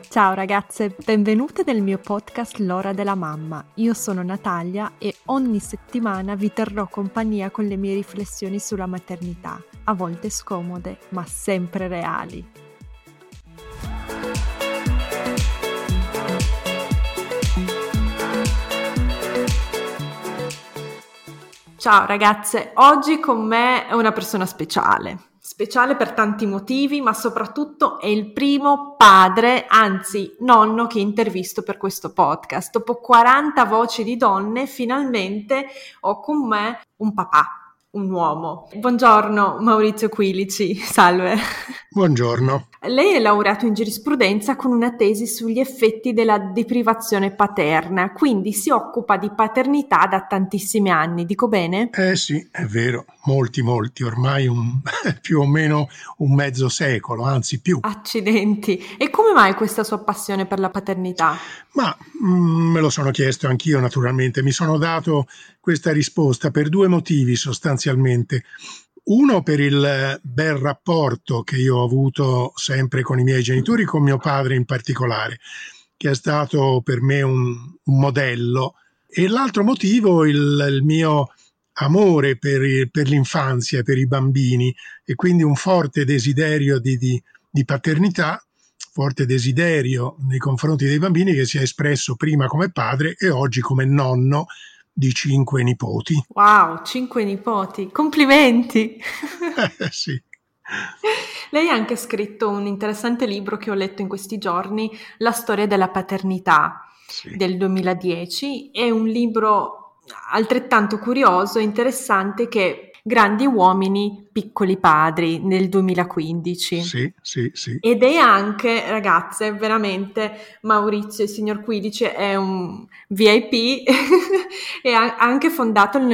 Ciao ragazze, benvenute nel mio podcast L'ora della mamma. Io sono Natalia e ogni settimana vi terrò compagnia con le mie riflessioni sulla maternità, a volte scomode, ma sempre reali. Ciao ragazze, oggi con me è una persona speciale. Speciale per tanti motivi, ma soprattutto è il primo padre, anzi nonno, che intervisto per questo podcast. Dopo 40 voci di donne, finalmente ho con me un papà, un uomo. Buongiorno Maurizio Quilici, salve. Buongiorno. Lei è laureato in giurisprudenza con una tesi sugli effetti della deprivazione paterna, quindi si occupa di paternità da tantissimi anni, dico bene? Sì, è vero, molti, ormai più o meno un mezzo secolo, anzi più. Accidenti! E come mai questa sua passione per la paternità? Ma me lo sono chiesto anch'io naturalmente, mi sono dato questa risposta per due motivi sostanzialmente. Uno per il bel rapporto che io ho avuto sempre con i miei genitori, con mio padre in particolare, che è stato per me un modello, e l'altro motivo il mio amore per l'infanzia, per i bambini, e quindi un forte desiderio di paternità, forte desiderio nei confronti dei bambini che si è espresso prima come padre e oggi come nonno di 5 nipoti. Wow, 5 nipoti, complimenti! Sì. Lei ha anche scritto un interessante libro che ho letto in questi giorni, La storia della paternità, Sì. del 2010. È un libro altrettanto curioso e interessante che Grandi uomini, piccoli padri, nel 2015. Sì. Ed è anche, ragazze, veramente Maurizio, il signor Quilici, è un VIP e ha anche fondato nel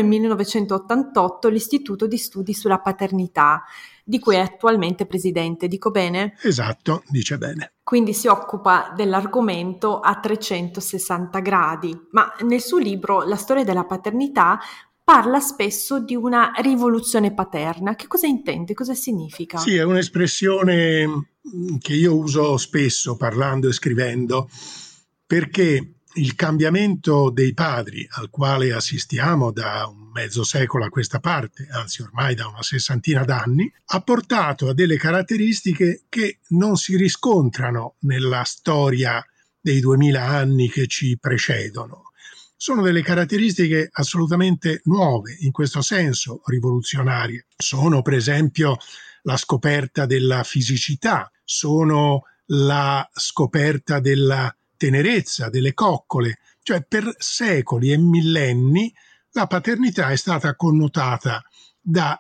1988 l'Istituto di Studi sulla Paternità, di cui è attualmente presidente, dico bene? Esatto, dice bene. Quindi si occupa dell'argomento a 360 gradi, ma nel suo libro La storia della paternità parla spesso di una rivoluzione paterna. Che cosa intende? Cosa significa? Sì, è un'espressione che io uso spesso parlando e scrivendo, perché il cambiamento dei padri al quale assistiamo da un mezzo secolo a questa parte, anzi ormai da una sessantina d'anni, ha portato a delle caratteristiche che non si riscontrano nella storia dei 2000 anni che ci precedono. Sono delle caratteristiche assolutamente nuove, in questo senso rivoluzionarie. Sono, per esempio, la scoperta della fisicità, sono la scoperta della tenerezza, delle coccole. Cioè, per secoli e millenni la paternità è stata connotata da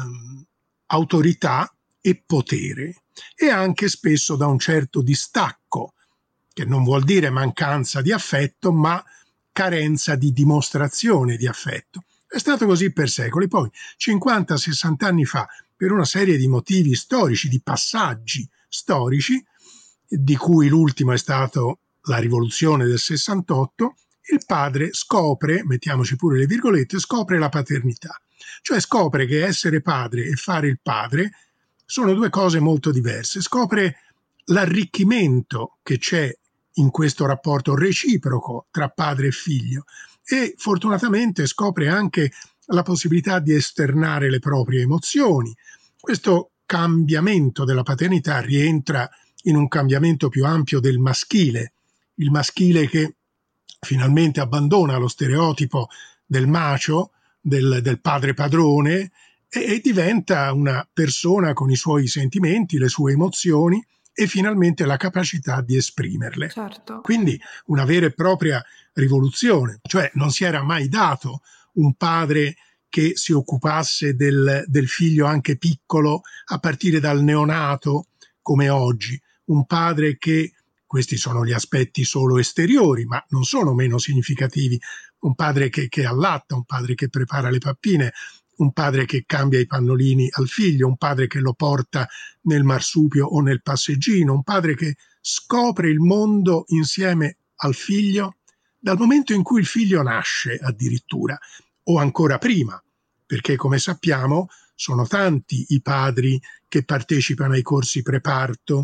autorità e potere e anche spesso da un certo distacco, che non vuol dire mancanza di affetto, ma carenza di dimostrazione di affetto. È stato così per secoli. Poi, 50-60 anni fa, per una serie di motivi storici, di passaggi storici, di cui l'ultimo è stato la rivoluzione del 68, il padre scopre, mettiamoci pure le virgolette, scopre la paternità. Cioè scopre che essere padre e fare il padre sono due cose molto diverse. Scopre l'arricchimento che c'è in questo rapporto reciproco tra padre e figlio e fortunatamente scopre anche la possibilità di esternare le proprie emozioni. Questo cambiamento della paternità rientra in un cambiamento più ampio del maschile, il maschile che finalmente abbandona lo stereotipo del macho, del padre padrone e diventa una persona con i suoi sentimenti, le sue emozioni e finalmente la capacità di esprimerle. Certo. Quindi una vera e propria rivoluzione, cioè non si era mai dato un padre che si occupasse del figlio anche piccolo a partire dal neonato come oggi, un padre che, questi sono gli aspetti solo esteriori ma non sono meno significativi, un padre che allatta, un padre che prepara le pappine, un padre che cambia i pannolini al figlio, un padre che lo porta nel marsupio o nel passeggino, un padre che scopre il mondo insieme al figlio dal momento in cui il figlio nasce addirittura, o ancora prima, perché come sappiamo sono tanti i padri che partecipano ai corsi preparto,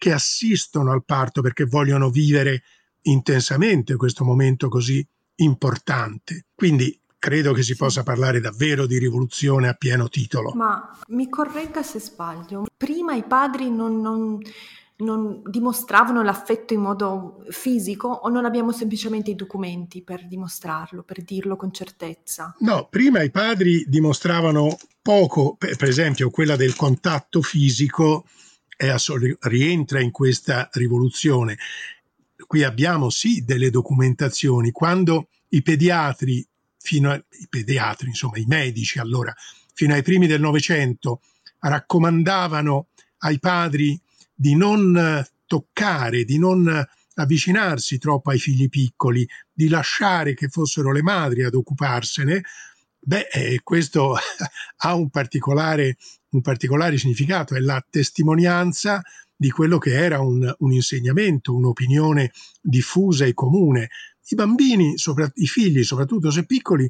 che assistono al parto perché vogliono vivere intensamente questo momento così importante. Quindi credo che si Sì. possa parlare davvero di rivoluzione a pieno titolo. Ma mi corregga se sbaglio, prima i padri non dimostravano l'affetto in modo fisico o non abbiamo semplicemente i documenti per dimostrarlo, per dirlo con certezza? No, prima i padri dimostravano poco, per esempio quella del contatto fisico rientra in questa rivoluzione. Qui abbiamo sì delle documentazioni. Quando i pediatri, insomma i medici allora, fino ai primi del Novecento raccomandavano ai padri di non toccare, di non avvicinarsi troppo ai figli piccoli, di lasciare che fossero le madri ad occuparsene, questo ha un particolare significato, è la testimonianza di quello che era un insegnamento, un'opinione diffusa e comune. I bambini, i figli, soprattutto se piccoli,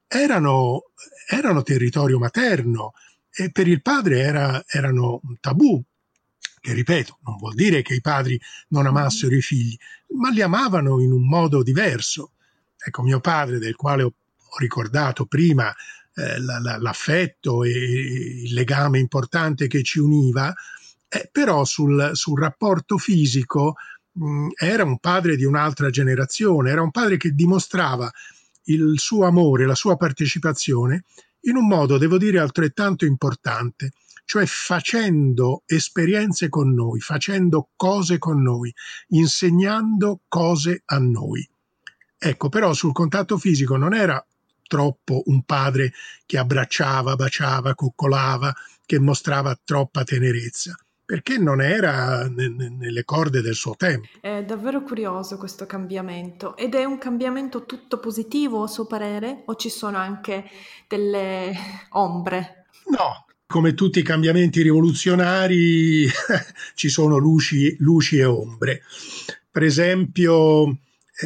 erano territorio materno e per il padre erano un tabù, che ripeto, non vuol dire che i padri non amassero i figli, ma li amavano in un modo diverso. Ecco, mio padre, del quale ho ricordato prima l'affetto e il legame importante che ci univa, però sul rapporto fisico era un padre di un'altra generazione, era un padre che dimostrava il suo amore, la sua partecipazione in un modo, devo dire, altrettanto importante, cioè facendo esperienze con noi, facendo cose con noi, insegnando cose a noi. Ecco, però sul contatto fisico non era troppo un padre che abbracciava, baciava, coccolava, che mostrava troppa tenerezza, perché non era nelle corde del suo tempo. È davvero curioso questo cambiamento ed è un cambiamento tutto positivo a suo parere o ci sono anche delle ombre? No, come tutti i cambiamenti rivoluzionari ci sono luci e ombre. Per esempio,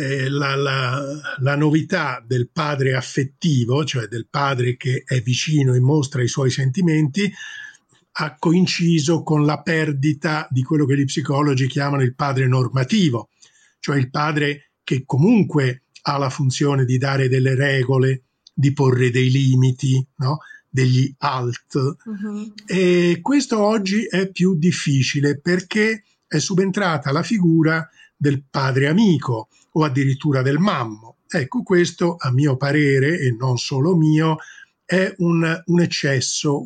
la novità del padre affettivo, cioè del padre che è vicino e mostra i suoi sentimenti, ha coinciso con la perdita di quello che gli psicologi chiamano il padre normativo, cioè il padre che comunque ha la funzione di dare delle regole, di porre dei limiti, no? Degli alt. E questo oggi è più difficile perché è subentrata la figura del padre amico o addirittura del mammo. Ecco, questo a mio parere, e non solo mio, è un eccesso,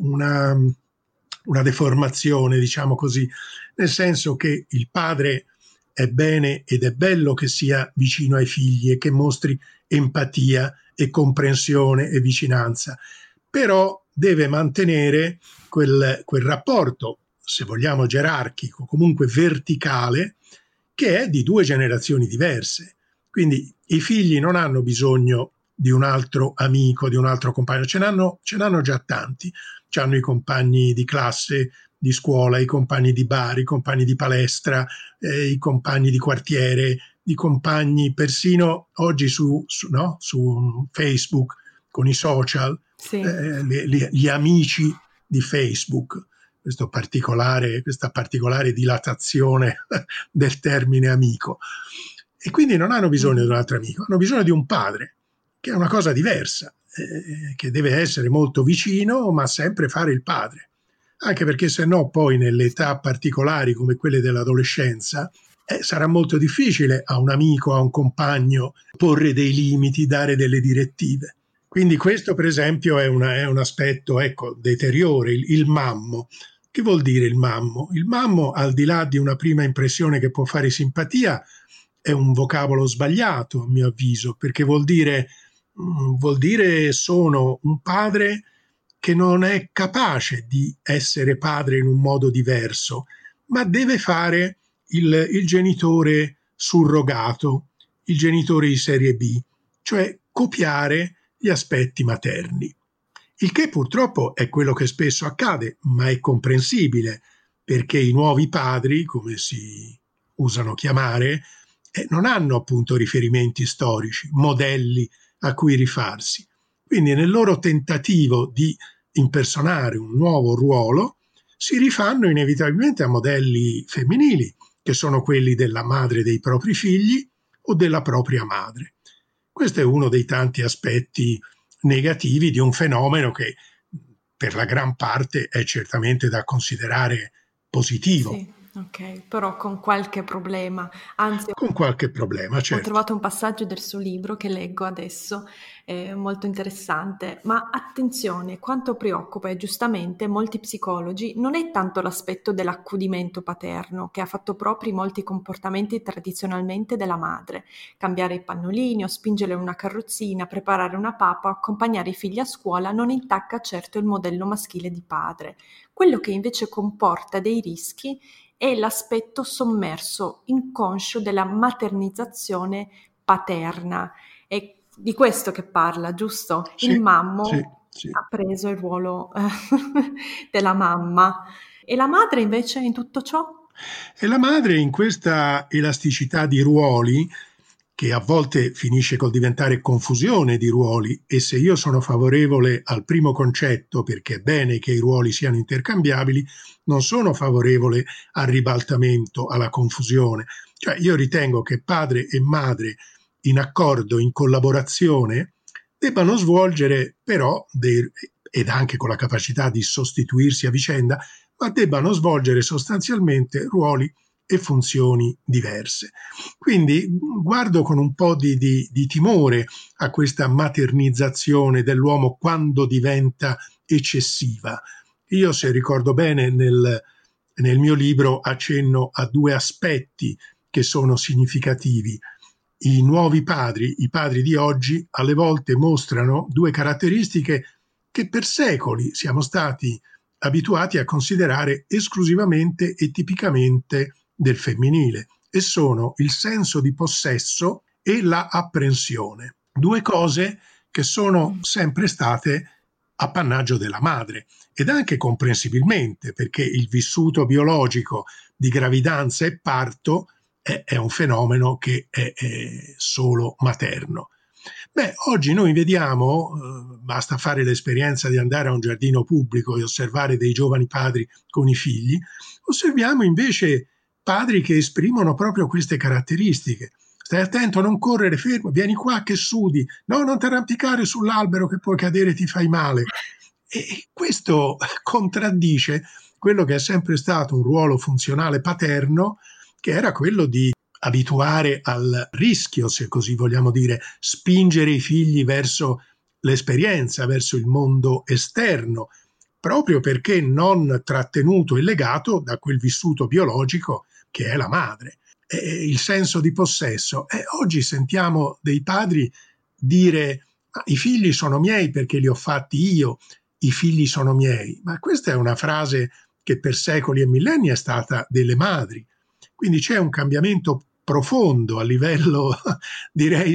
una deformazione, diciamo così, nel senso che il padre è bene ed è bello che sia vicino ai figli e che mostri empatia e comprensione e vicinanza, però deve mantenere quel rapporto, se vogliamo gerarchico, comunque verticale, che è di due generazioni diverse. Quindi i figli non hanno bisogno di un altro amico, di un altro compagno, ce n'hanno già tanti. C'hanno i compagni di classe, di scuola, i compagni di bar, i compagni di palestra, i compagni di quartiere, i compagni persino oggi su Facebook con i social, Sì. gli amici di Facebook, questa particolare dilatazione del termine amico. E quindi non hanno bisogno di un altro amico, hanno bisogno di un padre, che è una cosa diversa, che deve essere molto vicino, ma sempre fare il padre. Anche perché se no poi nelle età particolari come quelle dell'adolescenza sarà molto difficile a un amico, a un compagno porre dei limiti, dare delle direttive. Quindi questo per esempio è un aspetto deteriore, il mammo. Che vuol dire il mammo? Il mammo, al di là di una prima impressione che può fare simpatia, è un vocabolo sbagliato a mio avviso, perché vuol dire sono un padre che non è capace di essere padre in un modo diverso, ma deve fare il genitore surrogato, il genitore di serie B, cioè copiare gli aspetti materni. Il che purtroppo è quello che spesso accade, ma è comprensibile, perché i nuovi padri, come si usano chiamare, non hanno appunto riferimenti storici, modelli a cui rifarsi. Quindi nel loro tentativo di impersonare un nuovo ruolo si rifanno inevitabilmente a modelli femminili, che sono quelli della madre dei propri figli o della propria madre. Questo è uno dei tanti aspetti negativi di un fenomeno che per la gran parte è certamente da considerare positivo. Sì, ok, però con qualche problema. Anzi, Con qualche problema, ho certo. trovato un passaggio del suo libro che leggo adesso, molto interessante, ma attenzione, quanto preoccupa e giustamente molti psicologi non è tanto l'aspetto dell'accudimento paterno, che ha fatto propri molti comportamenti tradizionalmente della madre, cambiare i pannolini o spingere una carrozzina, preparare una papa o accompagnare i figli a scuola non intacca certo il modello maschile di padre. Quello che invece comporta dei rischi è l'aspetto sommerso, inconscio della maternizzazione paterna. È di questo che parla, giusto? Il Sì, sì, mammo sì. ha preso il ruolo della mamma. E la madre invece in tutto ciò? E la madre in questa elasticità di ruoli, che a volte finisce col diventare confusione di ruoli, e se io sono favorevole al primo concetto, perché è bene che i ruoli siano intercambiabili, non sono favorevole al ribaltamento, alla confusione. Cioè io ritengo che padre e madre in accordo, in collaborazione, debbano svolgere però, ed anche con la capacità di sostituirsi a vicenda, ma debbano svolgere sostanzialmente ruoli e funzioni diverse. Quindi guardo con un po' di timore a questa maternizzazione dell'uomo quando diventa eccessiva. Io, se ricordo bene, nel mio libro accenno a due aspetti che sono significativi. I nuovi padri, i padri di oggi, alle volte mostrano due caratteristiche che per secoli siamo stati abituati a considerare esclusivamente e tipicamente del femminile, e sono il senso di possesso e la apprensione. Due cose che sono sempre state appannaggio della madre, ed anche comprensibilmente, perché il vissuto biologico di gravidanza e parto è un fenomeno che è solo materno. Beh, oggi noi vediamo, basta fare l'esperienza di andare a un giardino pubblico e osservare dei giovani padri con i figli, osserviamo invece padri che esprimono proprio queste caratteristiche. Stai attento, non correre, fermo, vieni qua che sudi, no, non ti arrampicare sull'albero che puoi cadere e ti fai male. E questo contraddice quello che è sempre stato un ruolo funzionale paterno, che era quello di abituare al rischio, se così vogliamo dire, spingere i figli verso l'esperienza, verso il mondo esterno, proprio perché non trattenuto e legato da quel vissuto biologico che è la madre. Il senso di possesso. Oggi sentiamo dei padri dire: i figli sono miei perché li ho fatti io, i figli sono miei. Ma questa è una frase che per secoli e millenni è stata delle madri. Quindi c'è un cambiamento profondo a livello, direi,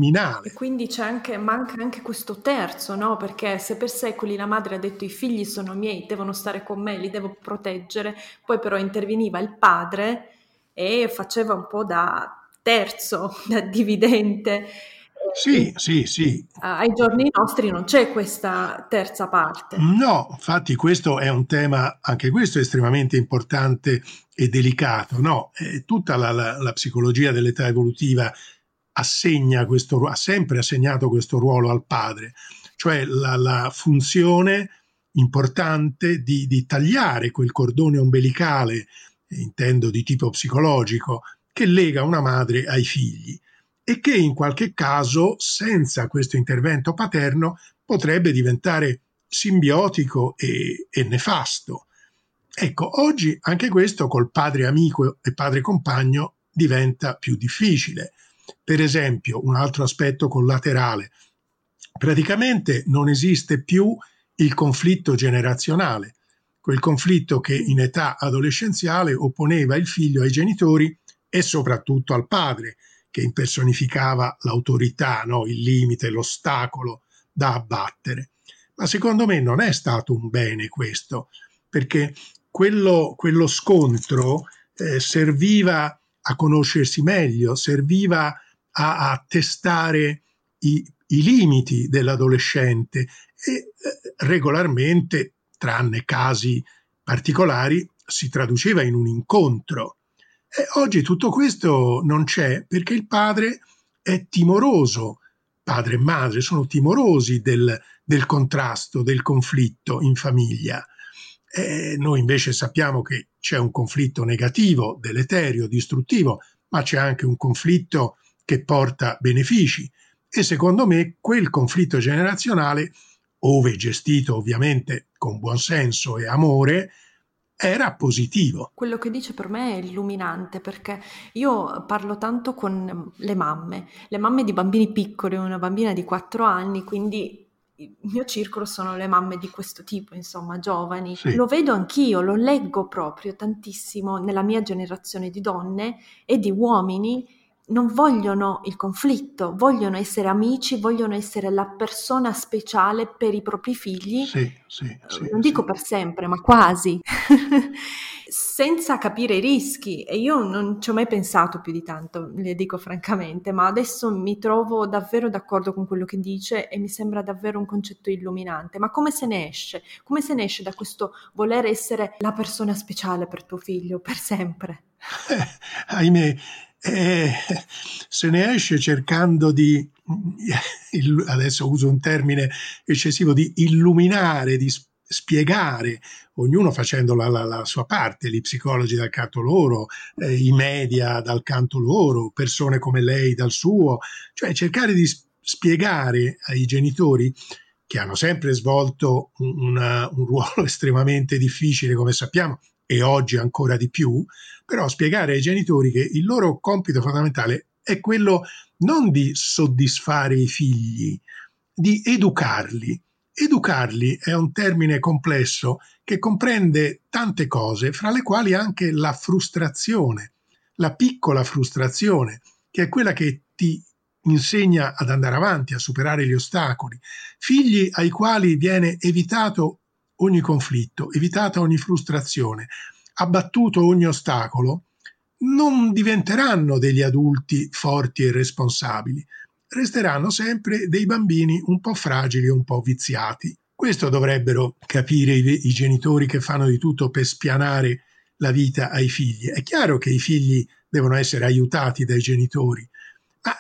E subliminale. quindi manca anche questo terzo, no? Perché se per secoli la madre ha detto i figli sono miei, devono stare con me, li devo proteggere, poi però interveniva il padre e faceva un po' da terzo, da dividente. Sì, sì, sì. Ai giorni nostri non c'è questa terza parte. No, infatti questo è un tema, anche questo è estremamente importante e delicato, no? Tutta la psicologia dell'età evolutiva ha sempre assegnato questo ruolo al padre, cioè la funzione importante di tagliare quel cordone ombelicale, intendo di tipo psicologico, che lega una madre ai figli e che in qualche caso, senza questo intervento paterno, potrebbe diventare simbiotico e nefasto. Ecco, oggi anche questo col padre amico e padre compagno diventa più difficile. Per esempio, un altro aspetto collaterale: praticamente non esiste più il conflitto generazionale, quel conflitto che in età adolescenziale opponeva il figlio ai genitori e soprattutto al padre, che impersonificava l'autorità, no? Il limite, l'ostacolo da abbattere. Ma secondo me non è stato un bene questo, perché quello scontro serviva a conoscersi meglio, serviva a testare i limiti dell'adolescente e regolarmente, tranne casi particolari, si traduceva in un incontro. E oggi tutto questo non c'è perché il padre è timoroso, padre e madre sono timorosi del contrasto, del conflitto in famiglia. Noi invece sappiamo che c'è un conflitto negativo, deleterio, distruttivo, ma c'è anche un conflitto che porta benefici. E secondo me quel conflitto generazionale, ove gestito ovviamente con buonsenso e amore, era positivo. Quello che dice per me è illuminante perché io parlo tanto con le mamme di bambini piccoli, ho una bambina di 4 anni, quindi il mio circolo sono le mamme di questo tipo, insomma, giovani. Sì. Lo vedo anch'io, lo leggo proprio tantissimo nella mia generazione di donne e di uomini. Non vogliono il conflitto, vogliono essere amici, vogliono essere la persona speciale per i propri figli, Sì, sì, sì, non sì. dico per sempre, ma quasi, senza capire i rischi. E io non ci ho mai pensato più di tanto, le dico francamente, ma adesso mi trovo davvero d'accordo con quello che dice e mi sembra davvero un concetto illuminante. Ma come se ne esce? Come se ne esce da questo voler essere la persona speciale per tuo figlio per sempre? Ahimè, eh, se ne esce cercando di, adesso uso un termine eccessivo, di illuminare, di spiegare, ognuno facendo la sua parte, gli psicologi dal canto loro, i media dal canto loro, persone come lei dal suo, cioè cercare di spiegare ai genitori che hanno sempre svolto un ruolo estremamente difficile, come sappiamo, e oggi ancora di più, però spiegare ai genitori che il loro compito fondamentale è quello non di soddisfare i figli, di educarli. Educarli è un termine complesso che comprende tante cose, fra le quali anche la frustrazione, la piccola frustrazione, che è quella che ti insegna ad andare avanti, a superare gli ostacoli. Figli ai quali viene evitato ogni conflitto, evitata ogni frustrazione, abbattuto ogni ostacolo, non diventeranno degli adulti forti e responsabili, resteranno sempre dei bambini un po' fragili e un po' viziati. Questo dovrebbero capire i genitori che fanno di tutto per spianare la vita ai figli. È chiaro che i figli devono essere aiutati dai genitori, ma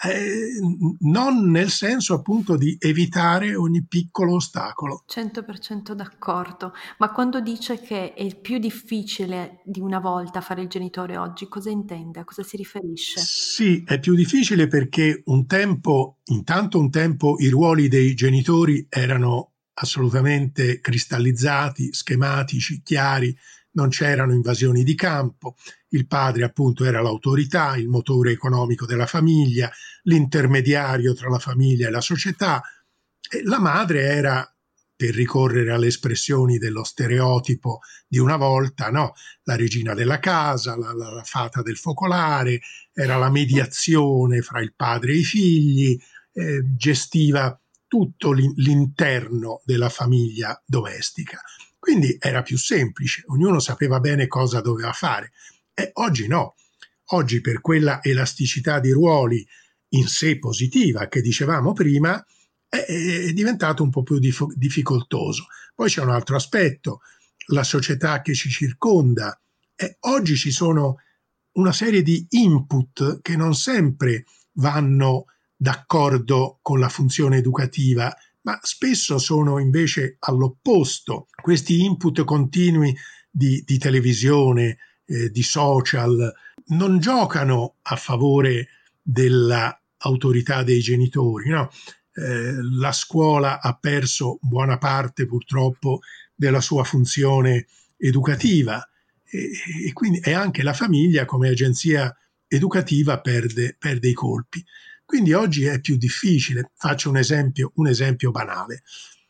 non nel senso appunto di evitare ogni piccolo ostacolo. 100% d'accordo, ma quando dice che è più difficile di una volta fare il genitore oggi, cosa intende? A cosa si riferisce? Sì, è più difficile perché intanto un tempo i ruoli dei genitori erano assolutamente cristallizzati, schematici, chiari, non c'erano invasioni di campo, il padre appunto era l'autorità, il motore economico della famiglia, l'intermediario tra la famiglia e la società, e la madre era, per ricorrere alle espressioni dello stereotipo di una volta, no? La regina della casa, la fata del focolare, era la mediazione fra il padre e i figli, gestiva tutto l'interno della famiglia domestica. Quindi era più semplice, ognuno sapeva bene cosa doveva fare. E oggi no, oggi per quella elasticità di ruoli in sé positiva che dicevamo prima, è diventato un po' più difficoltoso. Poi c'è un altro aspetto, la società che ci circonda. E oggi ci sono una serie di input che non sempre vanno d'accordo con la funzione educativa, ma spesso sono invece all'opposto. Questi input continui di televisione, di social, non giocano a favore dell'autorità dei genitori, no? La scuola ha perso buona parte purtroppo della sua funzione educativa e quindi e anche la famiglia come agenzia educativa perde i colpi. Quindi oggi è più difficile. Faccio un esempio banale.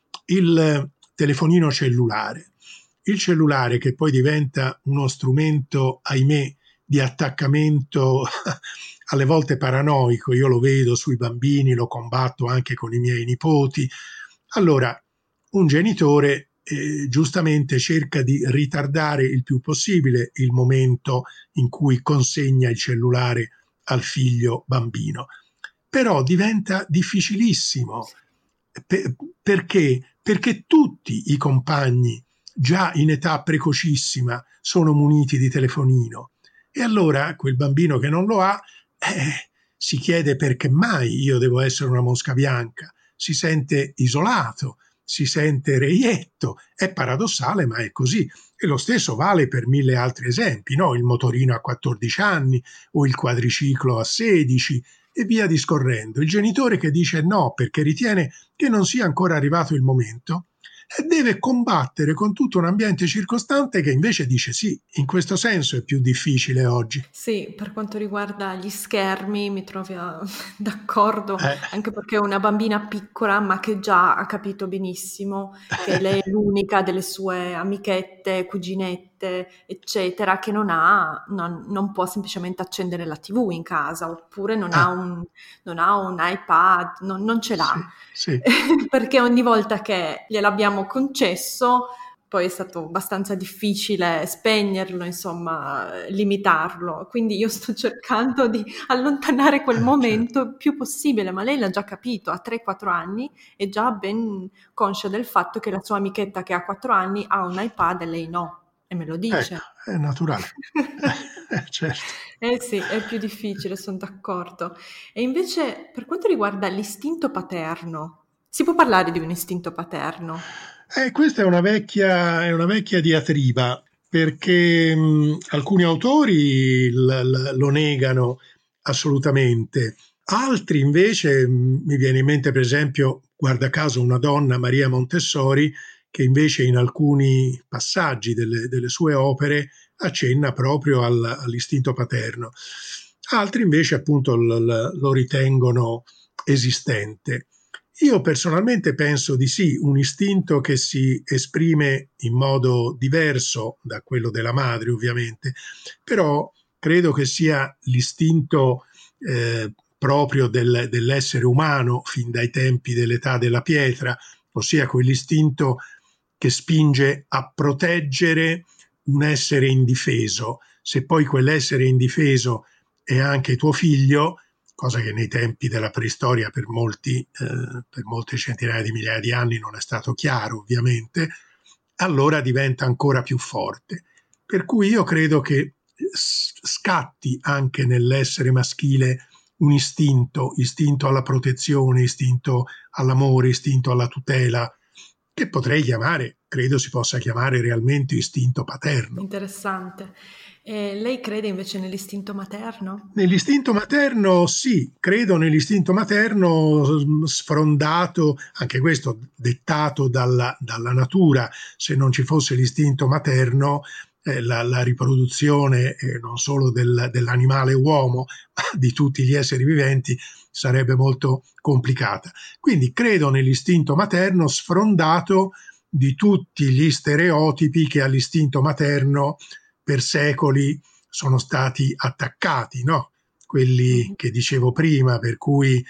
Il telefonino cellulare. Il cellulare che poi diventa uno strumento, ahimè, di attaccamento alle volte paranoico, io lo vedo sui bambini, lo combatto anche con i miei nipoti. Allora, un genitore giustamente cerca di ritardare il più possibile il momento in cui consegna il cellulare al figlio bambino. Però diventa difficilissimo. Perché? Perché tutti i compagni, già in età precocissima, sono muniti di telefonino. E allora quel bambino che non lo ha si chiede perché mai io devo essere una mosca bianca, si sente isolato, si sente reietto, è paradossale ma è così. E lo stesso vale per mille altri esempi, no? Il motorino a 14 anni o il quadriciclo a 16 e via discorrendo. Il genitore che dice no perché ritiene che non sia ancora arrivato il momento e deve combattere con tutto un ambiente circostante che invece dice sì. In questo senso è più difficile oggi. Sì, per quanto riguarda gli schermi mi trovi d'accordo, Eh, anche perché è una bambina piccola, ma che già ha capito benissimo che lei è l'unica delle sue amichette, cuginette, eccetera, che non può semplicemente accendere la TV in casa, oppure ah, non ha un iPad, non ce l'ha. sì, sì. Perché ogni volta che gliel'abbiamo concesso, poi è stato abbastanza difficile spegnerlo, insomma, limitarlo. Quindi io sto cercando di allontanare quel Certo. momento il più possibile, ma lei l'ha già capito, ha 3-4 anni, è già ben conscia del fatto che la sua amichetta che ha 4 anni ha un iPad e lei no, e me lo Ecco, dice. è naturale. Certo. Eh sì, è più difficile, son d'accordo. E invece per quanto riguarda l'istinto paterno, si può parlare di un istinto paterno? Questa è una vecchia diatriba, perché alcuni autori lo negano assolutamente, altri invece, mi viene in mente per esempio, guarda caso, una donna, Maria Montessori, che invece in alcuni passaggi delle sue opere accenna proprio all'istinto paterno. Altri invece appunto lo ritengono esistente. Io personalmente penso di sì, un istinto che si esprime in modo diverso da quello della madre, ovviamente, però credo che sia l'istinto proprio dell'essere umano fin dai tempi dell'età della pietra, ossia quell'istinto che spinge a proteggere un essere indifeso. Se poi quell'essere indifeso è anche tuo figlio, cosa che nei tempi della preistoria per molte centinaia di migliaia di anni non è stato chiaro, ovviamente, allora diventa ancora più forte. Per cui io credo che scatti anche nell'essere maschile un istinto alla protezione, istinto all'amore, istinto alla tutela, che potrei chiamare, credo si possa chiamare realmente istinto paterno. Interessante. E lei crede invece nell'istinto materno? Nell'istinto materno sì, credo nell'istinto materno sfrondato, anche questo dettato dalla natura. Se non ci fosse l'istinto materno, la riproduzione non solo dell'animale uomo, ma di tutti gli esseri viventi sarebbe molto complicata. Quindi credo nell'istinto materno sfrondato di tutti gli stereotipi che all'istinto materno per secoli sono stati attaccati, no? Quelli Mhm. che dicevo prima, per cui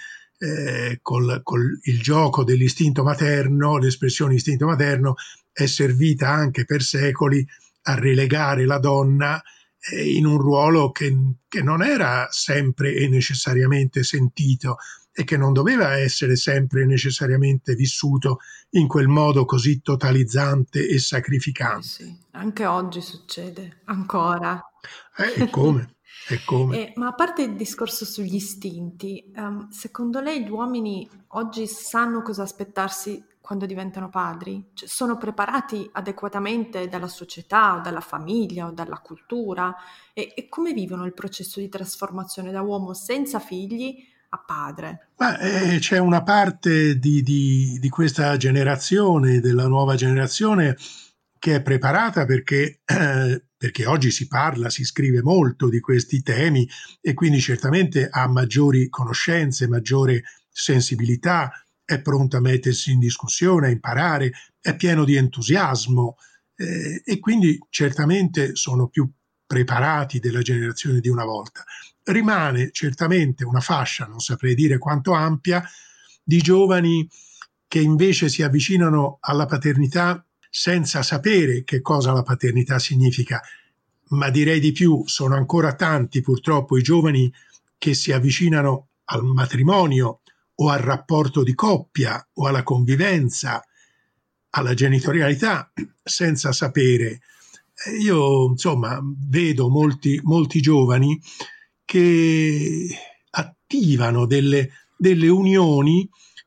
col il gioco dell'istinto materno, l'espressione istinto materno è servita anche per secoli a relegare la donna in un ruolo che non era sempre e necessariamente sentito e che non doveva essere sempre necessariamente vissuto in quel modo così totalizzante e Eh sacrificante. sì, anche oggi succede, ancora. E come? E come? Ma a parte il discorso sugli istinti, secondo lei gli uomini oggi sanno cosa aspettarsi quando diventano padri? Cioè, sono preparati adeguatamente dalla società o dalla famiglia o dalla cultura? E come vivono il processo di trasformazione da uomo senza figli a padre? Ma c'è una parte di questa generazione, della nuova generazione, che è preparata perché oggi si parla, si scrive molto di questi temi e quindi certamente ha maggiori conoscenze, maggiore sensibilità, è pronta a mettersi in discussione, a imparare, è pieno di entusiasmo e quindi certamente sono più preparati della generazione di una volta. Rimane certamente una fascia, non saprei dire quanto ampia, di giovani che invece si avvicinano alla paternità senza sapere che cosa la paternità significa, ma direi di più, sono ancora tanti purtroppo i giovani che si avvicinano al matrimonio o al rapporto di coppia o alla convivenza, alla genitorialità, senza sapere Io insomma vedo molti giovani che attivano delle unioni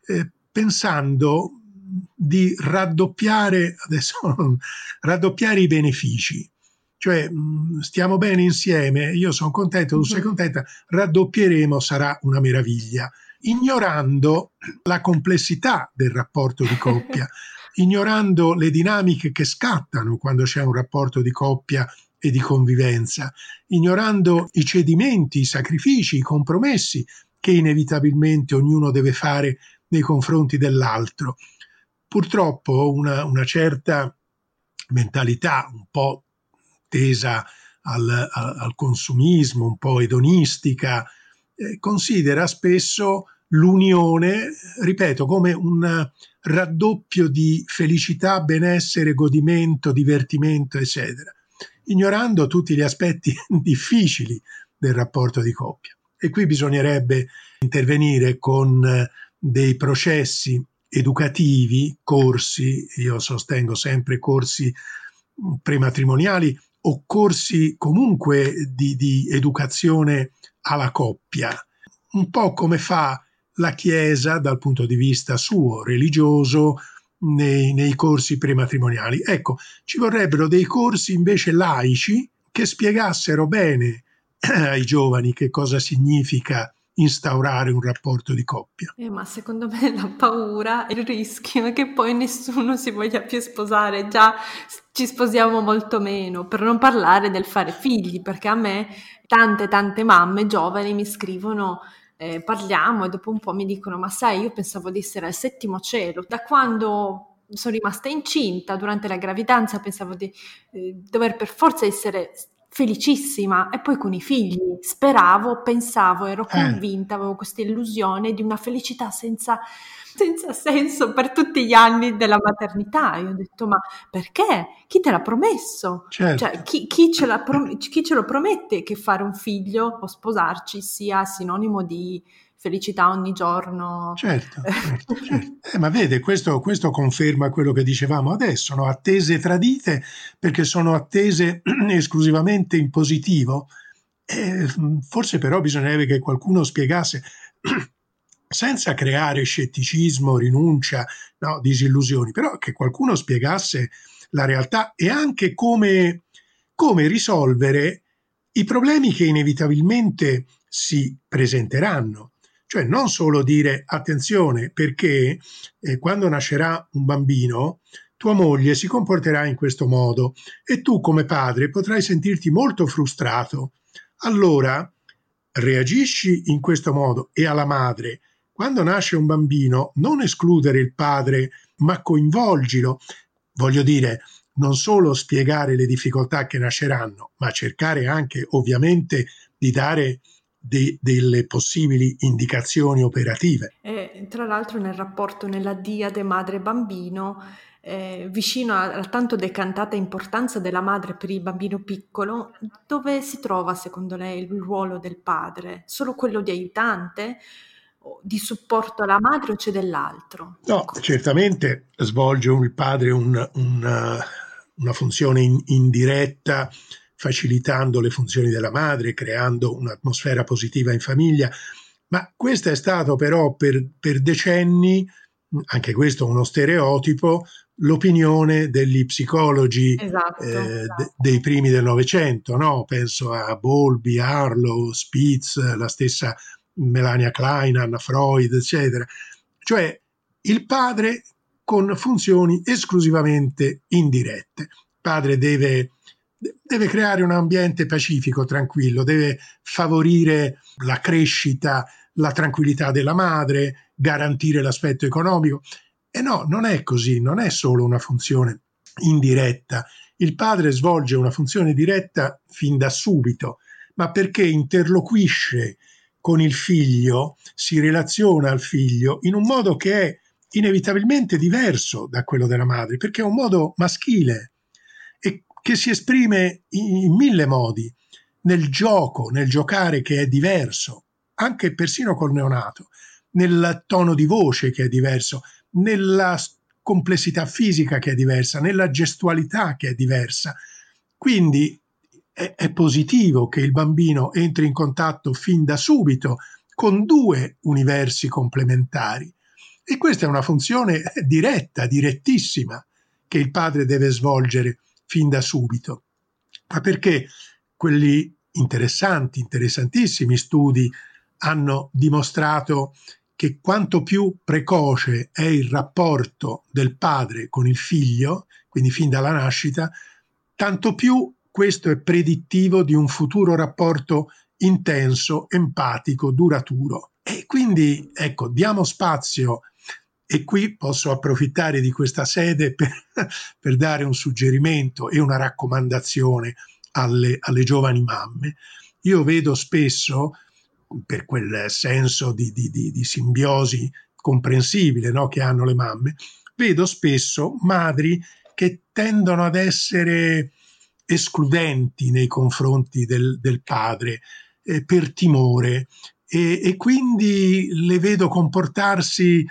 pensando di raddoppiare, adesso, raddoppiare i benefici. Cioè, stiamo bene insieme, io sono contento, tu sei contenta, raddoppieremo, sarà una meraviglia, ignorando la complessità del rapporto di coppia, ignorando le dinamiche che scattano quando c'è un rapporto di coppia e di convivenza, ignorando i cedimenti, i sacrifici, i compromessi che inevitabilmente ognuno deve fare nei confronti dell'altro. Purtroppo una certa mentalità un po' tesa al consumismo, un po' edonistica, considera spesso l'unione, ripeto, come un raddoppio di felicità, benessere, godimento, divertimento, eccetera, ignorando tutti gli aspetti difficili del rapporto di coppia. E qui bisognerebbe intervenire con dei processi educativi, corsi, io sostengo sempre corsi prematrimoniali o corsi comunque di educazione alla coppia, un po' come fa la Chiesa dal punto di vista suo, religioso, nei corsi prematrimoniali. Ecco, ci vorrebbero dei corsi invece laici che spiegassero bene ai giovani che cosa significa instaurare un rapporto di coppia. Ma secondo me la paura e il rischio è che poi nessuno si voglia più sposare, già ci sposiamo molto meno, per non parlare del fare figli, perché a me tante mamme giovani mi scrivono, parliamo e dopo un po' mi dicono, ma sai, io pensavo di essere al settimo cielo, da quando sono rimasta incinta durante la gravidanza pensavo di dover per forza essere felicissima e poi con i figli speravo, pensavo, ero convinta, avevo questa illusione di una felicità senza senso per tutti gli anni della maternità. Io ho detto, ma perché? Chi te l'ha promesso? Certo. Cioè, chi ce lo promette che fare un figlio o sposarci sia sinonimo di felicità ogni giorno? Certo. Ma vede, questo conferma quello che dicevamo adesso, no? Attese tradite perché sono attese esclusivamente in positivo. Forse però bisognerebbe che qualcuno spiegasse, senza creare scetticismo, rinuncia, no, disillusioni, però che qualcuno spiegasse la realtà e anche come risolvere i problemi che inevitabilmente si presenteranno. Cioè non solo dire attenzione perché quando nascerà un bambino tua moglie si comporterà in questo modo e tu come padre potrai sentirti molto frustrato. Allora reagisci in questo modo e alla madre, quando nasce un bambino, non escludere il padre, ma coinvolgilo. Voglio dire, non solo spiegare le difficoltà che nasceranno, ma cercare anche ovviamente di dare delle possibili indicazioni operative. E tra l'altro nel rapporto nella diade madre-bambino, vicino alla tanto decantata importanza della madre per il bambino piccolo, dove si trova secondo lei il ruolo del padre? Solo quello di aiutante, o di supporto alla madre o c'è dell'altro? No, certamente svolge il padre una funzione indiretta, facilitando le funzioni della madre, creando un'atmosfera positiva in famiglia, ma questo è stato però per decenni, anche questo uno stereotipo, l'opinione degli psicologi Esatto. dei primi del Novecento, no? Penso a Bowlby, Harlow, Spitz, la stessa Melania Klein, Anna Freud, eccetera. Cioè il padre con funzioni esclusivamente indirette. Il padre deve creare un ambiente pacifico, tranquillo, deve favorire la crescita, la tranquillità della madre, garantire l'aspetto economico. E no, non è così, non è solo una funzione indiretta. Il padre svolge una funzione diretta fin da subito, ma perché interloquisce con il figlio, si relaziona al figlio in un modo che è inevitabilmente diverso da quello della madre, perché è un modo maschile e che si esprime in mille modi, nel gioco, nel giocare che è diverso, anche persino col neonato, nel tono di voce che è diverso, nella complessità fisica che è diversa, nella gestualità che è diversa. Quindi è positivo che il bambino entri in contatto fin da subito con due universi complementari, e questa è una funzione diretta, direttissima, che il padre deve svolgere fin da subito, ma perché quelli interessantissimi studi hanno dimostrato che quanto più precoce è il rapporto del padre con il figlio, quindi fin dalla nascita, tanto più questo è predittivo di un futuro rapporto intenso, empatico, duraturo. E quindi, ecco, diamo spazio, e qui posso approfittare di questa sede per dare un suggerimento e una raccomandazione alle giovani mamme. Io vedo spesso, per quel senso di simbiosi comprensibile, no, che hanno le mamme, vedo spesso madri che tendono ad essere escludenti nei confronti del padre, per timore, e quindi le vedo comportarsi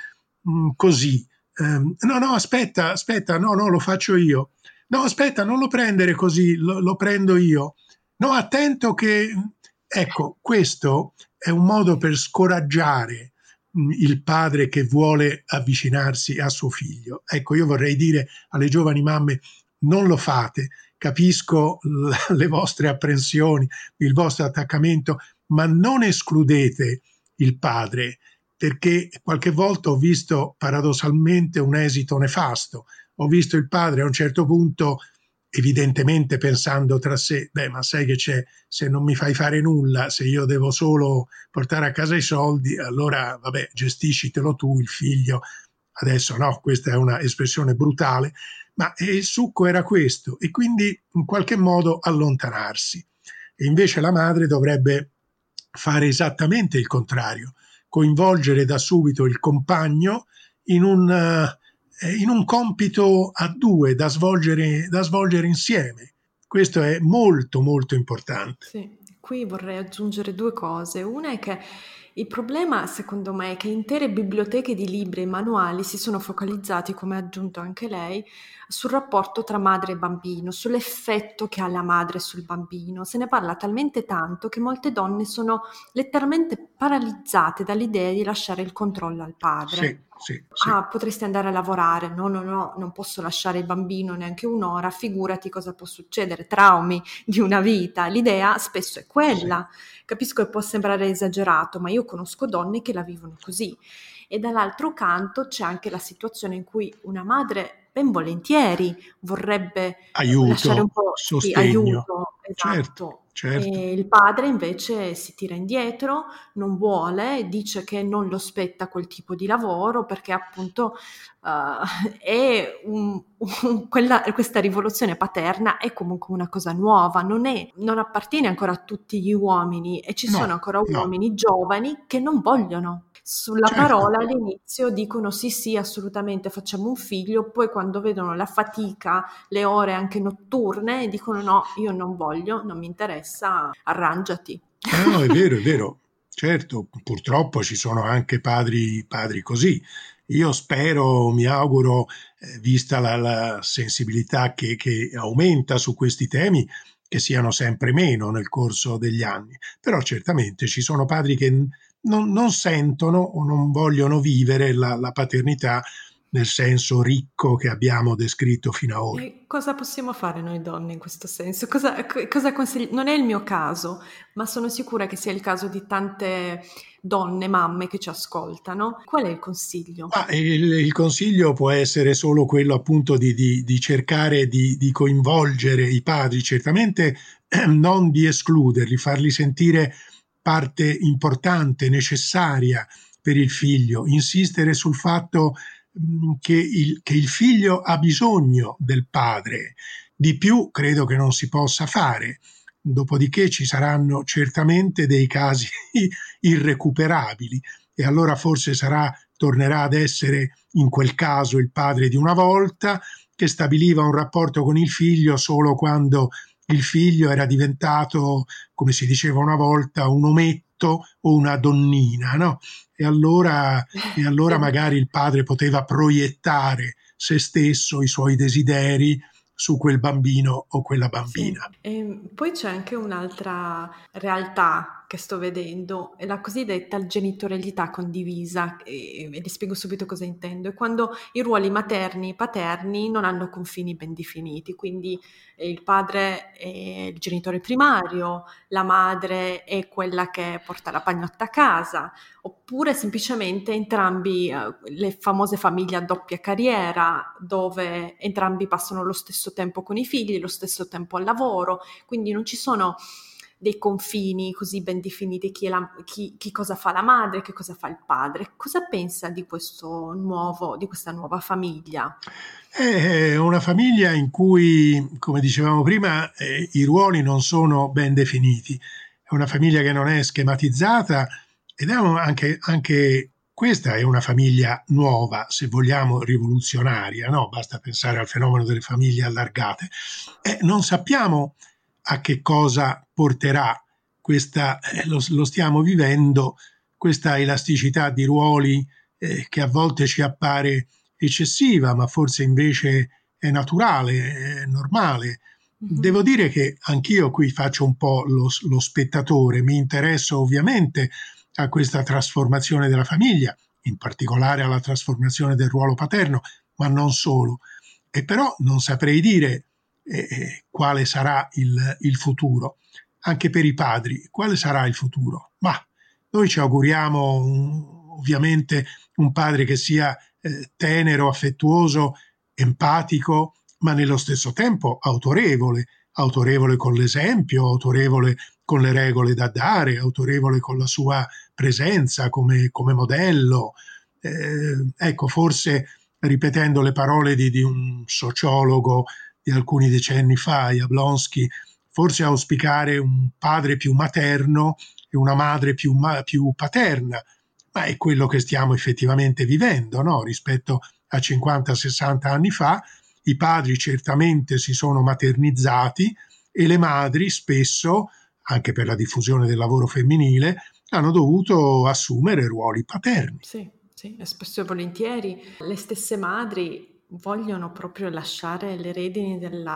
così. No, aspetta, no, lo faccio io. No, aspetta, non lo prendere così, lo prendo io. No, attento che... Ecco, questo è un modo per scoraggiare il padre che vuole avvicinarsi a suo figlio. Ecco, io vorrei dire alle giovani mamme: non lo fate, capisco le vostre apprensioni, il vostro attaccamento, ma non escludete il padre, perché qualche volta ho visto paradossalmente un esito nefasto. Ho visto il padre a un certo punto, evidentemente pensando tra sé: beh, ma sai che c'è, se non mi fai fare nulla, se io devo solo portare a casa i soldi, allora vabbè, gestiscitelo tu il figlio. Adesso no, questa è una espressione brutale, ma il succo era questo, e quindi in qualche modo allontanarsi. E invece la madre dovrebbe fare esattamente il contrario, coinvolgere da subito il compagno in un compito a due da svolgere insieme. Questo è molto molto importante. Sì, qui vorrei aggiungere due cose. Una è che il problema, secondo me, è che intere biblioteche di libri e manuali si sono focalizzati, come ha aggiunto anche lei, sul rapporto tra madre e bambino, sull'effetto che ha la madre sul bambino. Se ne parla talmente tanto che molte donne sono letteralmente paralizzate dall'idea di lasciare il controllo al Sì, padre. sì, sì. Ah, potresti andare a lavorare. No, no, no, non posso lasciare il bambino neanche un'ora, figurati cosa può succedere, traumi di una vita. L'idea spesso è Sì. quella. Capisco che può sembrare esagerato, ma io conosco donne che la vivono così. E dall'altro canto c'è anche la situazione in cui una madre ben volentieri vorrebbe lasciare un Aiuto, po' di sostegno. aiuto, Certo, esatto. certo. E il padre invece si tira indietro, non vuole, dice che non lo spetta quel tipo di lavoro perché appunto è questa rivoluzione paterna è comunque una cosa nuova, non appartiene ancora a tutti gli uomini e ci No, sono ancora no, uomini giovani che non vogliono. Sulla certo. parola all'inizio dicono sì, sì, assolutamente facciamo un figlio, poi quando vedono la fatica, le ore anche notturne, dicono no, io non voglio, non mi interessa, arrangiati. No, è vero, è vero. Certo, purtroppo ci sono anche padri così. Io spero, mi auguro, vista la sensibilità che aumenta su questi temi, che siano sempre meno nel corso degli anni. Però certamente ci sono padri che non sentono o non vogliono vivere la paternità nel senso ricco che abbiamo descritto fino ad ora. E cosa possiamo fare noi donne in questo senso? Cosa non è il mio caso, ma sono sicura che sia il caso di tante donne, mamme che ci ascoltano. Qual è il consiglio? Ma il consiglio può essere solo quello appunto di cercare di coinvolgere i padri, certamente non di escluderli, farli sentire parte importante, necessaria per il figlio, insistere sul fatto che il figlio ha bisogno del padre. Di più credo che non si possa fare. Dopodiché ci saranno certamente dei casi irrecuperabili, e allora forse tornerà ad essere in quel caso il padre di una volta, che stabiliva un rapporto con il figlio solo quando il figlio era diventato, come si diceva una volta, un ometto o una donnina, no? E allora Sì. magari il padre poteva proiettare se stesso, i suoi desideri su quel bambino o quella Sì, bambina. e poi c'è anche un'altra realtà che sto vedendo, è la cosiddetta genitorialità condivisa, e ti spiego subito cosa intendo. È quando i ruoli materni e paterni non hanno confini ben definiti, quindi il padre è il genitore primario, la madre è quella che porta la pagnotta a casa, oppure semplicemente entrambi, le famose famiglie a doppia carriera, dove entrambi passano lo stesso tempo con i figli, lo stesso tempo al lavoro, quindi non ci sono dei confini così ben definiti chi cosa fa la madre, che cosa fa il padre. Cosa pensa di di questa nuova famiglia? È una famiglia in cui, come dicevamo prima, i ruoli non sono ben definiti. È una famiglia che non è schematizzata ed è anche questa è una famiglia nuova, se vogliamo rivoluzionaria, no? Basta pensare al fenomeno delle famiglie allargate. Non sappiamo a che cosa porterà questa, lo stiamo vivendo, questa elasticità di ruoli che a volte ci appare eccessiva, ma forse invece è naturale, è normale. Mhm. Devo dire che anch'io qui faccio un po' lo spettatore, mi interesso ovviamente a questa trasformazione della famiglia, in particolare alla trasformazione del ruolo paterno, ma non solo. E però non saprei dire quale sarà il futuro, anche per i padri, quale sarà il futuro? Ma noi ci auguriamo ovviamente un padre che sia tenero, affettuoso, empatico, ma nello stesso tempo autorevole, autorevole con l'esempio, autorevole con le regole da dare, autorevole con la sua presenza come modello. Ecco, forse ripetendo le parole di un sociologo di alcuni decenni fa, Jablonski, forse auspicare un padre più materno e una madre più paterna, ma è quello che stiamo effettivamente vivendo, no? Rispetto a 50-60 anni fa, i padri certamente si sono maternizzati e le madri spesso, anche per la diffusione del lavoro femminile, hanno dovuto assumere ruoli paterni. Sì, sì, e spesso e volentieri le stesse madri vogliono proprio lasciare le redini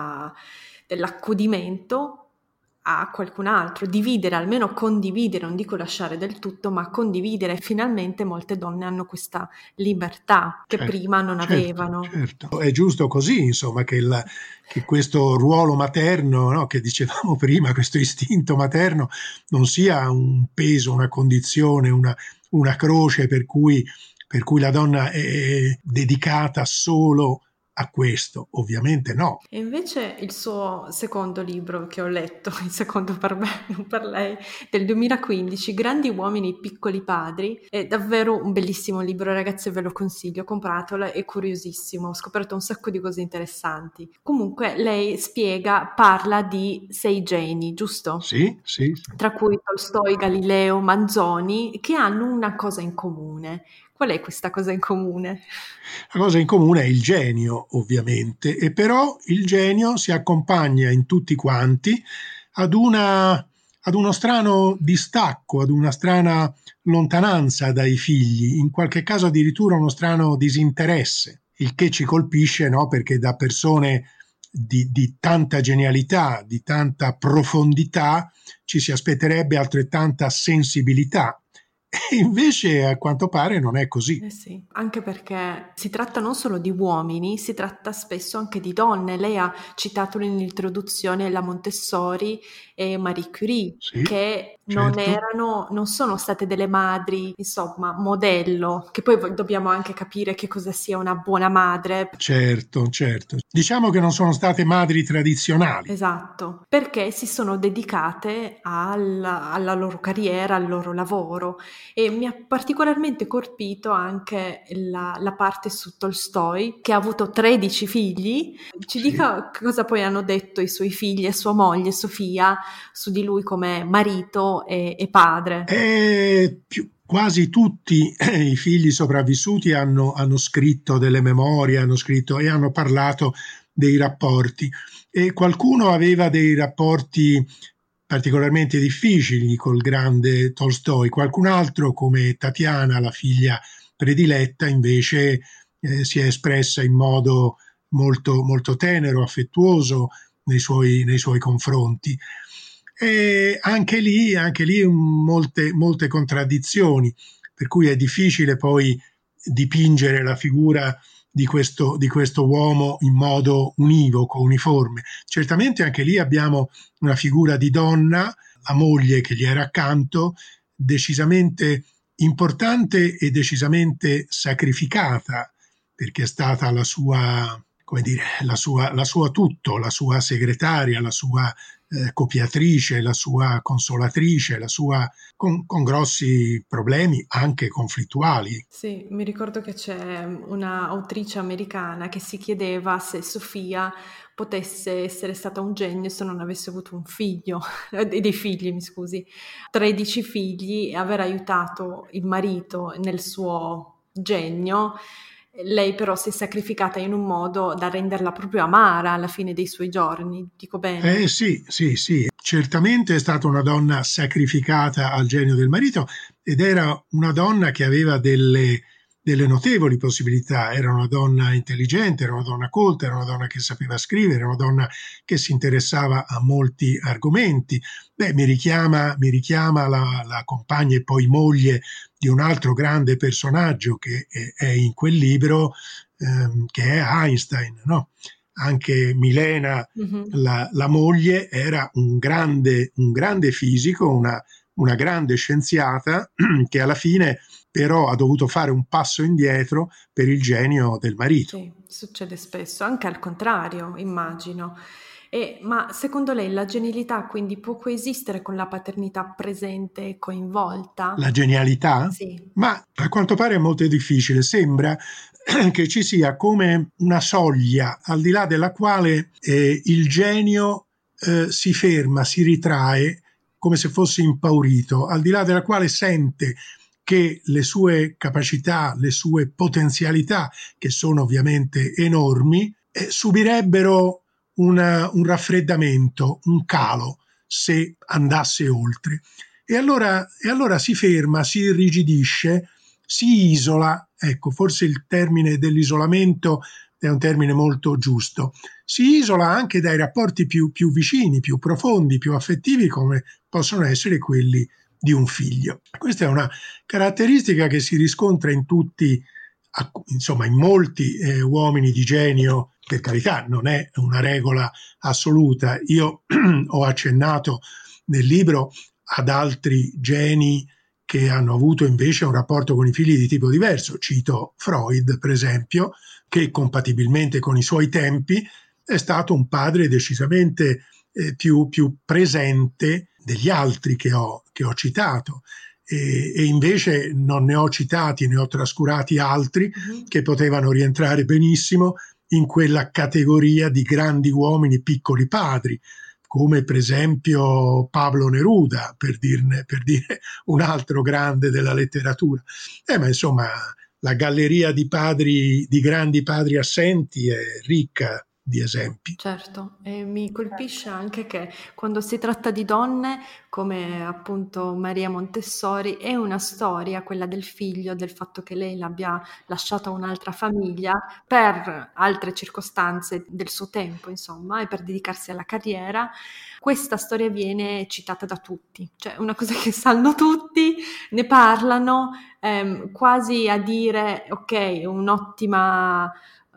dell'accudimento a qualcun altro, dividere, almeno condividere, non dico lasciare del tutto, ma condividere. Finalmente molte donne hanno questa libertà che prima non Certo, avevano. certo. È giusto così, insomma, che questo ruolo materno, no, che dicevamo prima, questo istinto materno, non sia un peso, una condizione, una croce per cui la donna è dedicata solo a questo. Ovviamente no. E invece il suo secondo libro che ho letto, il secondo per me, non per lei, del 2015, Grandi uomini, piccoli padri, è davvero un bellissimo libro, ragazzi, ve lo consiglio, compratelo, è curiosissimo, ho scoperto un sacco di cose interessanti. Comunque lei parla di 6 geni, giusto? Sì, sì, sì. Tra cui Tolstoi, Galileo, Manzoni, che hanno una cosa in comune. Qual è questa cosa in comune? La cosa in comune è il genio, ovviamente, e però il genio si accompagna in tutti quanti ad ad uno strano distacco, ad una strana lontananza dai figli, in qualche caso addirittura uno strano disinteresse, il che ci colpisce, no? Perché da persone di tanta genialità, di tanta profondità, ci si aspetterebbe altrettanta sensibilità. E invece a quanto pare non è così. Eh sì, anche perché si tratta non solo di uomini, si tratta spesso anche di donne. Lei ha citato nell'introduzione la Montessori e Marie Curie, Sì, che certo. non sono state delle madri, insomma, modello, che poi dobbiamo anche capire che cosa sia una buona madre. Certo, certo. Diciamo che non sono state madri tradizionali. Esatto, perché si sono dedicate alla loro carriera, al loro lavoro, e mi ha particolarmente colpito anche la parte su Tolstoi, che ha avuto 13 figli. Ci Sì. dica cosa poi hanno detto i suoi figli e sua moglie Sofia su di lui come marito e padre. Quasi tutti i figli sopravvissuti hanno scritto delle memorie, hanno scritto e hanno parlato dei rapporti. E qualcuno aveva dei rapporti particolarmente difficili col grande Tolstoi, qualcun altro, come Tatiana, la figlia prediletta, invece si è espressa in modo molto, molto tenero, affettuoso nei suoi confronti. E anche lì molte, molte contraddizioni, per cui è difficile poi dipingere la figura di questo uomo in modo univoco, uniforme. Certamente anche lì abbiamo una figura di donna, la moglie che gli era accanto, decisamente importante e decisamente sacrificata, perché è stata la sua, come dire, la sua tutto, la sua segretaria, la sua copiatrice, la sua consolatrice, la sua con grossi problemi anche conflittuali. Sì, mi ricordo che c'è una autrice americana che si chiedeva se Sofia potesse essere stata un genio se non avesse avuto un figlio, dei figli, mi scusi, 13 figli e aver aiutato il marito nel suo genio. Lei però si è sacrificata in un modo da renderla proprio amara alla fine dei suoi giorni, dico bene? Sì, sì, sì, certamente è stata una donna sacrificata al genio del marito ed era una donna che aveva delle notevoli possibilità, era una donna intelligente, era una donna colta, era una donna che sapeva scrivere, era una donna che si interessava a molti argomenti. Beh, mi richiama la compagna e poi moglie di un altro grande personaggio che è in quel libro, che è Einstein, no? Anche Milena, Mhm. la moglie, era un grande fisico, una grande scienziata che alla fine però ha dovuto fare un passo indietro per il genio del marito. Sì, succede spesso, anche al contrario, immagino. Ma secondo lei la genialità quindi può coesistere con la paternità presente e La coinvolta? genialità? Sì. Ma a quanto pare è molto difficile, sembra che ci sia come una soglia al di là della quale il genio si ferma, si ritrae come se fosse impaurito, al di là della quale sente che le sue capacità, le sue potenzialità, che sono ovviamente enormi, subirebbero un raffreddamento, un calo se andasse oltre. E allora si ferma, si irrigidisce, si isola, ecco, forse il termine dell'isolamento è un termine molto giusto, si isola anche dai rapporti più vicini, più profondi, più affettivi, come possono essere quelli di un figlio. Questa è una caratteristica che si riscontra in tutti, insomma, in molti uomini di genio, per carità, non è una regola assoluta. Io ho accennato nel libro ad altri geni che hanno avuto invece un rapporto con i figli di tipo diverso. Cito Freud, per esempio, che compatibilmente con i suoi tempi è stato un padre decisamente più presente degli altri che ho citato. E invece non ne ho citati, ne ho trascurati altri Mhm. che potevano rientrare benissimo in quella categoria di grandi uomini, piccoli padri, come per esempio Pablo Neruda, per dire un altro grande della letteratura. Ma insomma, la galleria di padri, di grandi padri assenti è ricca di esempi. Certo, e mi colpisce anche che quando si tratta di donne, come appunto Maria Montessori, è una storia, quella del figlio, del fatto che lei l'abbia lasciata a un'altra famiglia per altre circostanze del suo tempo, insomma, e per dedicarsi alla carriera. Questa storia viene citata da tutti, cioè una cosa che sanno tutti, ne parlano, quasi a dire, ok, un'ottima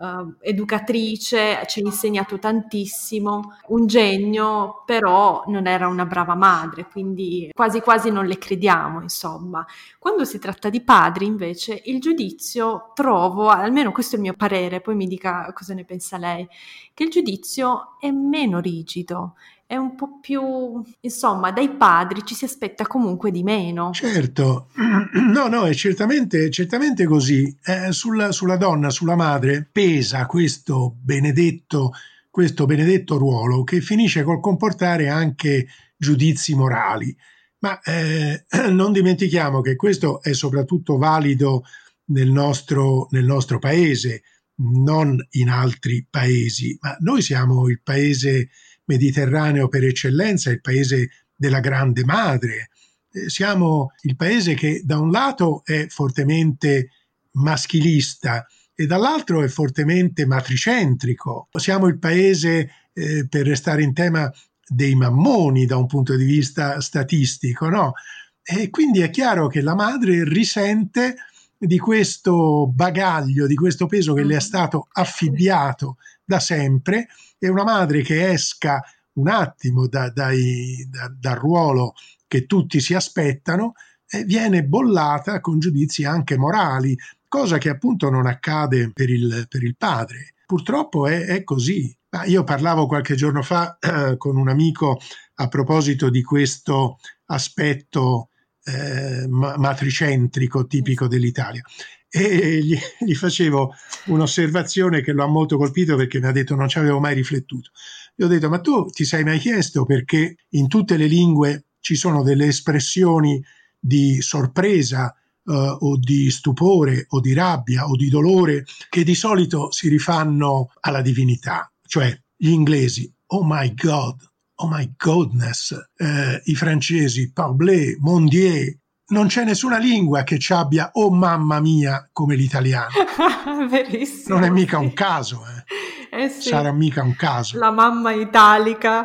educatrice, ci ha insegnato tantissimo, un genio, però non era una brava madre, quindi quasi quasi non le crediamo, insomma. Quando si tratta di padri, invece, il giudizio trovo, almeno questo è il mio parere, poi mi dica cosa ne pensa lei, che il giudizio è meno rigido, è un po' più, insomma, dai padri ci si aspetta comunque di meno. Certo, no, no, è certamente così. Sulla donna, sulla madre, pesa questo benedetto ruolo che finisce col comportare anche giudizi morali. Ma non dimentichiamo che questo è soprattutto valido nel nostro paese, non in altri paesi. Ma noi siamo il paese mediterraneo per eccellenza, il paese della grande madre. Siamo il paese che da un lato è fortemente maschilista e dall'altro è fortemente matricentrico. Siamo il paese, per restare in tema, dei mammoni da un punto di vista statistico, no? E quindi è chiaro che la madre risente di questo bagaglio, di questo peso che le è stato affibbiato da sempre, e una madre che esca un attimo dal ruolo che tutti si aspettano viene bollata con giudizi anche morali, cosa che appunto non accade per il padre. Purtroppo è così. Io parlavo qualche giorno fa con un amico a proposito di questo aspetto matricentrico tipico dell'Italia, e gli facevo un'osservazione che lo ha molto colpito, perché mi ha detto: non ci avevo mai riflettuto. Gli ho detto: ma tu ti sei mai chiesto perché in tutte le lingue ci sono delle espressioni di sorpresa o di stupore o di rabbia o di dolore che di solito si rifanno alla divinità? Cioè, gli inglesi, oh my God, oh my goodness, i francesi, parbleu, mon Dieu. Non c'è nessuna lingua che ci abbia oh mamma mia come l'italiano. Verissimo, Non è mica sì. un caso, Sì, sarà mica un caso. la mamma italica.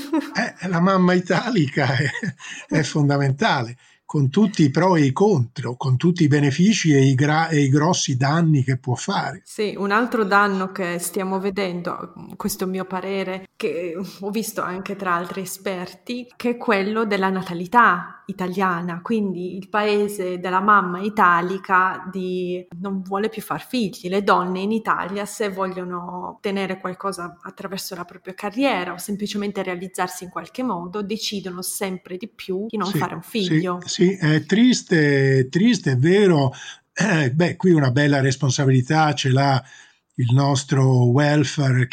La mamma italica è fondamentale, con tutti i pro e i contro, con tutti i benefici e i grossi danni che può fare. Sì, un altro danno che stiamo vedendo, questo è il mio parere, che ho visto anche tra altri esperti, che è quello della natalità italiana, quindi il paese della mamma italica non vuole più far figli. Le donne in Italia, se vogliono ottenere qualcosa attraverso la propria carriera o semplicemente realizzarsi in qualche modo, decidono sempre di più di non Sì, fare un figlio. sì, è triste, è vero. Qui una bella responsabilità ce l'ha il nostro welfare,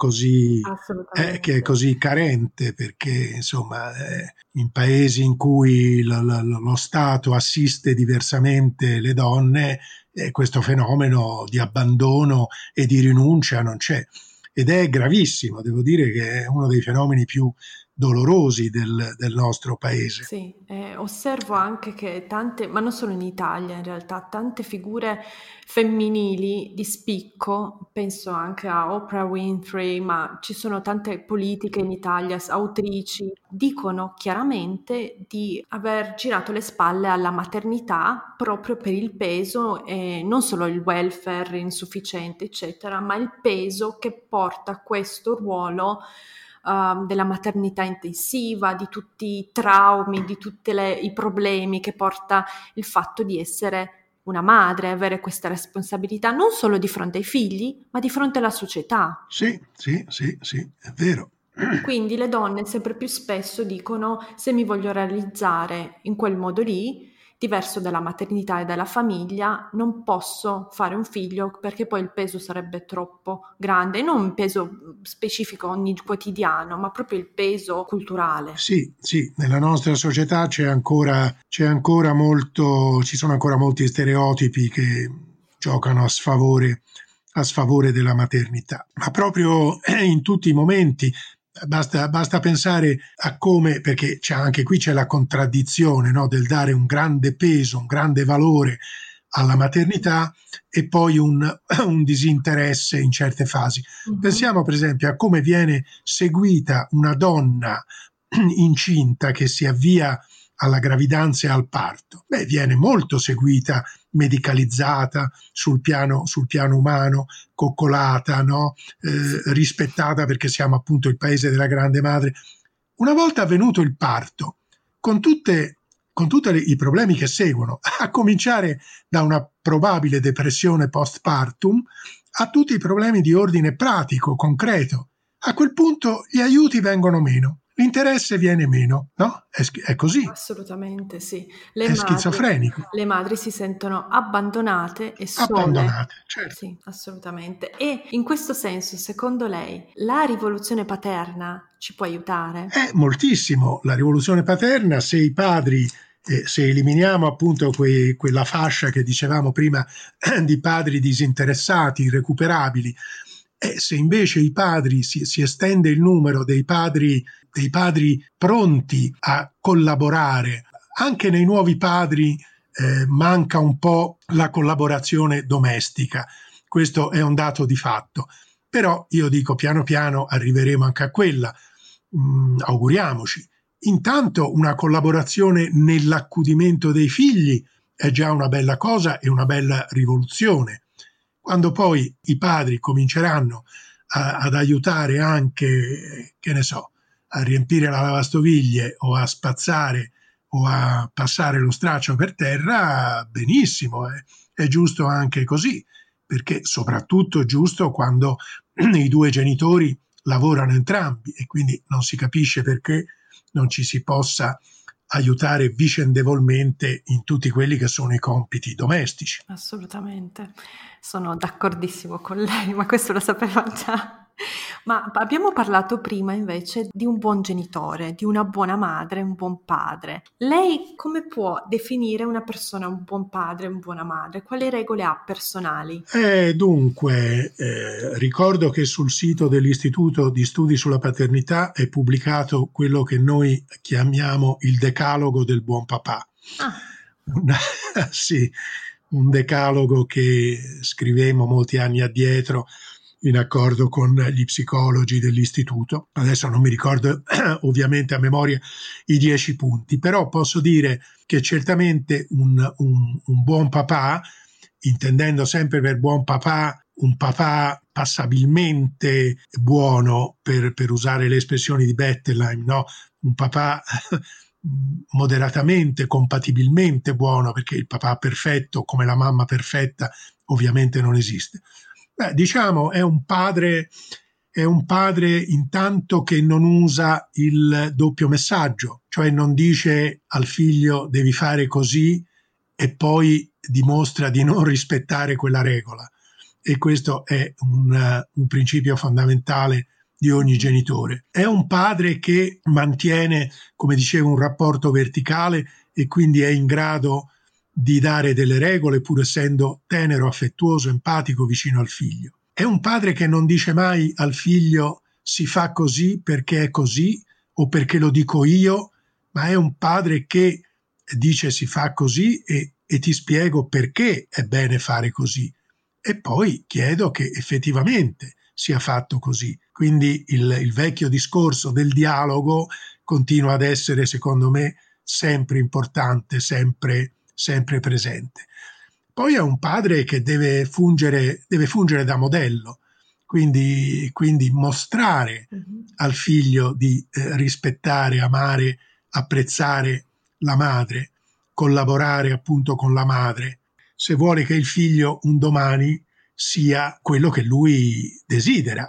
che è Assolutamente. così carente, perché insomma in paesi in cui lo Stato assiste diversamente le donne, questo fenomeno di abbandono e di rinuncia non c'è, ed è gravissimo. Devo dire che è uno dei fenomeni più dolorosi del nostro paese. Sì, osservo anche che tante, ma non solo in Italia in realtà, tante figure femminili di spicco, penso anche a Oprah Winfrey, ma ci sono tante politiche in Italia, autrici, dicono chiaramente di aver girato le spalle alla maternità proprio per il peso, e non solo il welfare insufficiente, eccetera, ma il peso che porta questo ruolo della maternità intensiva, di tutti i traumi, di tutti i problemi che porta il fatto di essere una madre, avere questa responsabilità non solo di fronte ai figli, ma di fronte alla società. Sì, è vero. Quindi le donne sempre più spesso dicono: se mi voglio realizzare in quel modo lì, diverso dalla maternità e dalla famiglia, non posso fare un figlio perché poi il peso sarebbe troppo grande, e non un peso specifico ogni quotidiano, ma proprio il peso culturale. Sì, nella nostra società ci sono ancora molti stereotipi che giocano a sfavore della maternità, ma proprio in tutti i momenti. Basta pensare a come, perché anche qui c'è la contraddizione, no, del dare un grande peso, un grande valore alla maternità e poi un disinteresse in certe fasi. Mhm. Pensiamo per esempio a come viene seguita una donna incinta che si avvia alla gravidanza e al parto. Viene molto seguita, medicalizzata sul piano umano, coccolata, no? Sì. Rispettata, perché siamo appunto il paese della grande madre. Una volta avvenuto il parto, con tutti i problemi che seguono, a cominciare da una probabile depressione postpartum, a tutti i problemi di ordine pratico, concreto, a quel punto gli aiuti vengono meno, l'interesse viene meno, no? È così, Assolutamente sì. è schizofrenico, Le madri si sentono abbandonate e sole. abbandonate, certo. Sì, assolutamente. E in questo senso, secondo lei, la rivoluzione paterna ci può aiutare? Moltissimo. La rivoluzione paterna, se i padri, se eliminiamo appunto quella fascia che dicevamo prima di padri disinteressati, irrecuperabili, e se invece i padri si estende il numero dei padri pronti a collaborare, anche nei nuovi padri manca un po' la collaborazione domestica. questo è un dato di fatto. Però io dico piano piano arriveremo anche a quella, auguriamoci. Intanto una collaborazione nell'accudimento dei figli è già una bella cosa e una bella rivoluzione. Quando poi i padri cominceranno ad aiutare anche, che ne so, a riempire la lavastoviglie o a spazzare o a passare lo straccio per terra, benissimo, è giusto anche così, perché soprattutto è giusto quando i due genitori lavorano entrambi e quindi non si capisce perché non ci si possa aiutare vicendevolmente in tutti quelli che sono i compiti domestici. Assolutamente, sono d'accordissimo con lei, ma questo lo sapeva già. Ma abbiamo parlato prima invece di un buon genitore, di una buona madre, un buon padre. Lei come può definire una persona un buon padre, una buona madre? Quali regole ha personali? Dunque, ricordo che sul sito dell'Istituto di Studi sulla Paternità è pubblicato quello che noi chiamiamo il decalogo del buon papà. Sì, un decalogo che scrivemmo molti anni addietro in accordo con gli psicologi dell'istituto. Adesso non mi ricordo ovviamente a memoria i 10 punti, però posso dire che certamente un buon papà, intendendo sempre per buon papà un papà passabilmente buono, per usare le espressioni di Bettelheim, no? Un papà moderatamente, compatibilmente buono, perché il papà perfetto come la mamma perfetta ovviamente non esiste. Diciamo è un padre intanto che non usa il doppio messaggio, cioè non dice al figlio devi fare così e poi dimostra di non rispettare quella regola. E questo è un principio fondamentale di ogni genitore. È un padre che mantiene, come dicevo, un rapporto verticale e quindi è in grado di dare delle regole pur essendo tenero, affettuoso, empatico vicino al figlio. È un padre che non dice mai al figlio si fa così perché è così o perché lo dico io, ma è un padre che dice si fa così e ti spiego perché è bene fare così. E poi chiedo che effettivamente sia fatto così. Quindi il vecchio discorso del dialogo continua ad essere, secondo me, sempre importante, sempre presente. Poi è un padre che deve fungere da modello, quindi mostrare al figlio di rispettare, amare, apprezzare la madre, collaborare appunto con la madre, se vuole che il figlio un domani sia quello che lui desidera.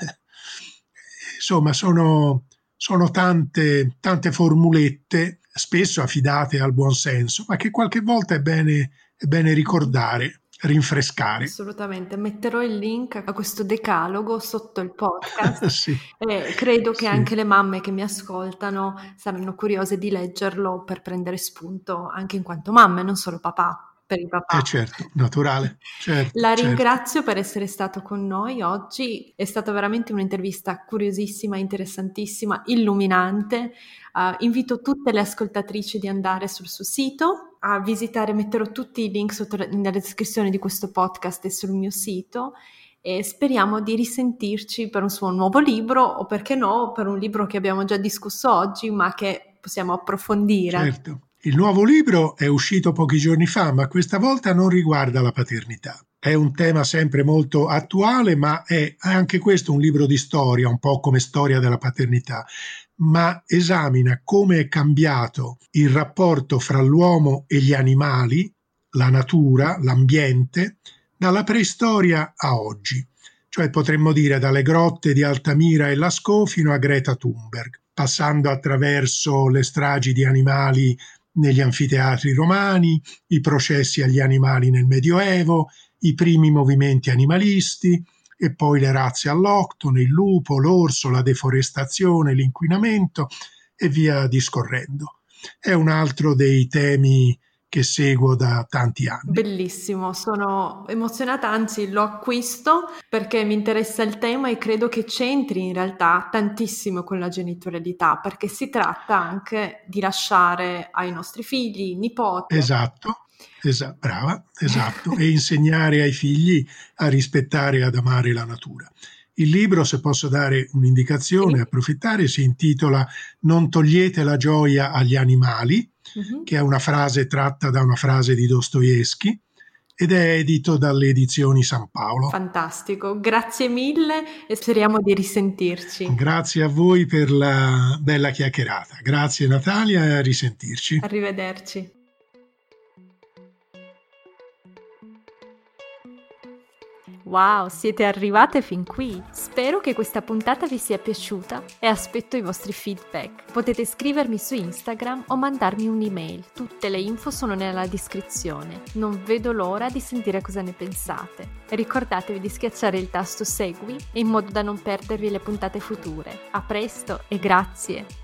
Insomma, sono tante formulette, spesso affidate al buon senso, ma che qualche volta è bene ricordare, rinfrescare. Assolutamente, metterò il link a questo decalogo sotto il podcast Sì. e credo che anche le mamme che mi ascoltano saranno curiose di leggerlo per prendere spunto anche in quanto mamme, non solo papà. Per il papà. Certo, naturale. Certo, La ringrazio per essere stato con noi oggi, è stata veramente un'intervista curiosissima, interessantissima, illuminante. Invito tutte le ascoltatrici di andare sul suo sito, a visitare, metterò tutti i link nella descrizione di questo podcast e sul mio sito e speriamo di risentirci per un suo nuovo libro o perché no, per un libro che abbiamo già discusso oggi ma che possiamo approfondire. Certo. Il nuovo libro è uscito pochi giorni fa, ma questa volta non riguarda la paternità. È un tema sempre molto attuale, ma è anche questo un libro di storia, un po' come storia della paternità, ma esamina come è cambiato il rapporto fra l'uomo e gli animali, la natura, l'ambiente, dalla preistoria a oggi. Cioè potremmo dire dalle grotte di Altamira e Lascaux fino a Greta Thunberg, passando attraverso le stragi di animali negli anfiteatri romani, i processi agli animali nel Medioevo, i primi movimenti animalisti e poi le razze alloctone, il lupo, l'orso, la deforestazione, l'inquinamento e via discorrendo. È un altro dei temi che seguo da tanti anni. Bellissimo, sono emozionata, anzi lo acquisto perché mi interessa il tema e credo che c'entri in realtà tantissimo con la genitorialità, perché si tratta anche di lasciare ai nostri figli, nipoti, esatto, Brava, esatto, e insegnare ai figli a rispettare e ad amare la natura. Il libro, se posso dare un'indicazione, Sì. approfittare, si intitola Non togliete la gioia agli animali, che è una frase tratta da una frase di Dostoevskij, ed è edito dalle edizioni San Paolo. Fantastico, grazie mille e speriamo di risentirci. Grazie a voi per la bella chiacchierata. Grazie Natalia e a risentirci. Arrivederci. Wow, siete arrivate fin qui! Spero che questa puntata vi sia piaciuta e aspetto i vostri feedback. Potete scrivermi su Instagram o mandarmi un'email. Tutte le info sono nella descrizione. Non vedo l'ora di sentire cosa ne pensate. Ricordatevi di schiacciare il tasto segui in modo da non perdervi le puntate future. A presto e grazie!